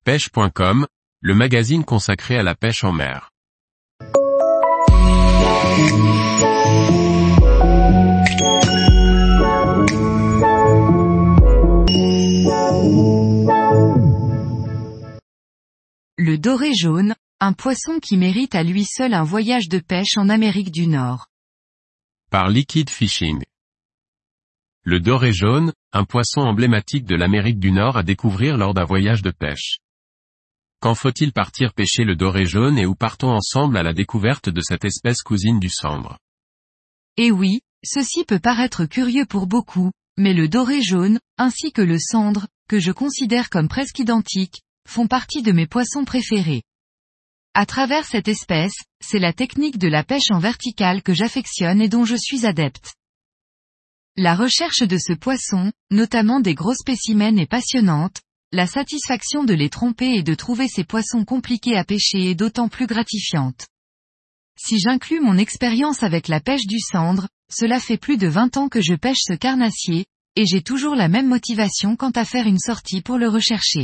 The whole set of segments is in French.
pêche.com, le magazine consacré à la pêche en mer. Le doré jaune, un poisson qui mérite à lui seul un voyage de pêche en Amérique du Nord. Par Liquid Fishing. Le doré jaune, un poisson emblématique de l'Amérique du Nord à découvrir lors d'un voyage de pêche. Quand faut-il partir pêcher le doré jaune et où partons ensemble à la découverte de cette espèce cousine du sandre? Eh oui, ceci peut paraître curieux pour beaucoup, mais le doré jaune, ainsi que le sandre, que je considère comme presque identiques, font partie de mes poissons préférés. À travers cette espèce, c'est la technique de la pêche en verticale que j'affectionne et dont je suis adepte. La recherche de ce poisson, notamment des gros spécimens, est passionnante, la satisfaction de les tromper et de trouver ces poissons compliqués à pêcher est d'autant plus gratifiante. Si j'inclus mon expérience avec la pêche du sandre, cela fait plus de 20 ans que je pêche ce carnassier, et j'ai toujours la même motivation quant à faire une sortie pour le rechercher.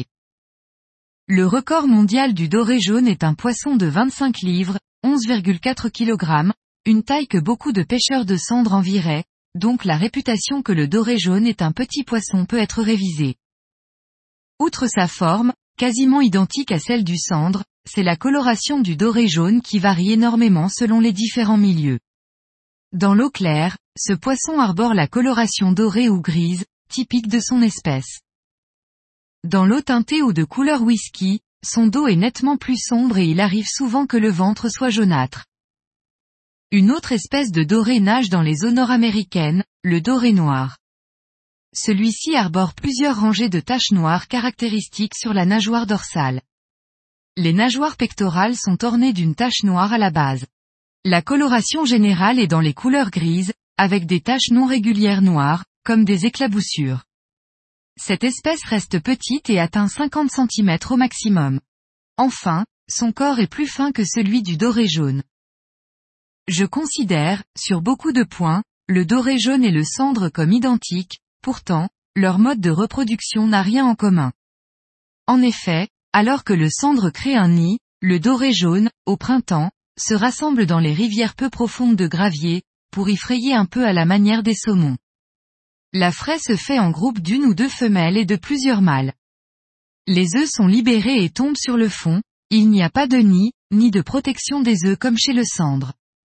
Le record mondial du doré jaune est un poisson de 25 livres, 11,4 kg, une taille que beaucoup de pêcheurs de sandre envieraient, donc la réputation que le doré jaune est un petit poisson peut être révisée. Outre sa forme, quasiment identique à celle du sandre, c'est la coloration du doré jaune qui varie énormément selon les différents milieux. Dans l'eau claire, ce poisson arbore la coloration dorée ou grise, typique de son espèce. Dans l'eau teintée ou de couleur whisky, son dos est nettement plus sombre et il arrive souvent que le ventre soit jaunâtre. Une autre espèce de doré nage dans les eaux nord-américaines, le doré noir. Celui-ci arbore plusieurs rangées de taches noires caractéristiques sur la nageoire dorsale. Les nageoires pectorales sont ornées d'une tache noire à la base. La coloration générale est dans les couleurs grises, avec des taches non régulières noires, comme des éclaboussures. Cette espèce reste petite et atteint 50 cm au maximum. Enfin, son corps est plus fin que celui du doré jaune. Je considère, sur beaucoup de points, le doré jaune et le sandre comme identiques, pourtant, leur mode de reproduction n'a rien en commun. En effet, alors que le sandre crée un nid, le doré jaune, au printemps, se rassemble dans les rivières peu profondes de gravier, pour y frayer un peu à la manière des saumons. La fraie se fait en groupe d'une ou deux femelles et de plusieurs mâles. Les œufs sont libérés et tombent sur le fond, il n'y a pas de nid, ni de protection des œufs comme chez le sandre.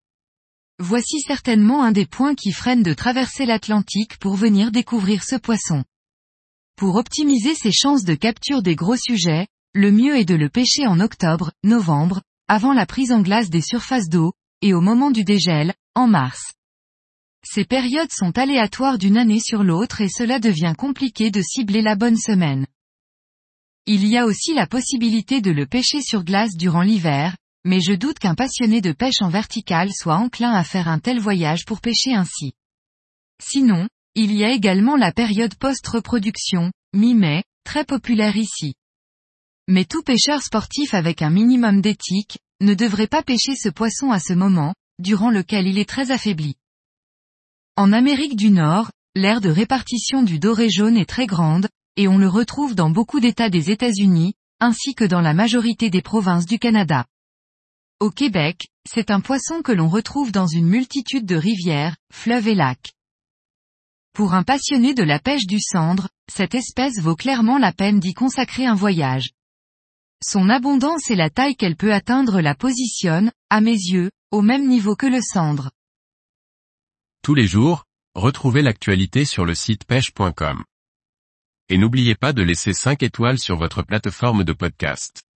Voici certainement un des points qui freinent de traverser l'Atlantique pour venir découvrir ce poisson. Pour optimiser ses chances de capture des gros sujets, le mieux est de le pêcher en octobre, novembre, avant la prise en glace des surfaces d'eau, et au moment du dégel, en mars. Ces périodes sont aléatoires d'une année sur l'autre et cela devient compliqué de cibler la bonne semaine. Il y a aussi la possibilité de le pêcher sur glace durant l'hiver, mais je doute qu'un passionné de pêche en verticale soit enclin à faire un tel voyage pour pêcher ainsi. Sinon, il y a également la période post-reproduction, mi-mai, très populaire ici. Mais tout pêcheur sportif avec un minimum d'éthique, ne devrait pas pêcher ce poisson à ce moment, durant lequel il est très affaibli. En Amérique du Nord, l'aire de répartition du doré jaune est très grande, et on le retrouve dans beaucoup d'États des États-Unis, ainsi que dans la majorité des provinces du Canada. Au Québec, c'est un poisson que l'on retrouve dans une multitude de rivières, fleuves et lacs. Pour un passionné de la pêche du sandre, cette espèce vaut clairement la peine d'y consacrer un voyage. Son abondance et la taille qu'elle peut atteindre la positionnent, à mes yeux, au même niveau que le sandre. Tous les jours, retrouvez l'actualité sur le site pêche.com. Et n'oubliez pas de laisser 5 étoiles sur votre plateforme de podcast.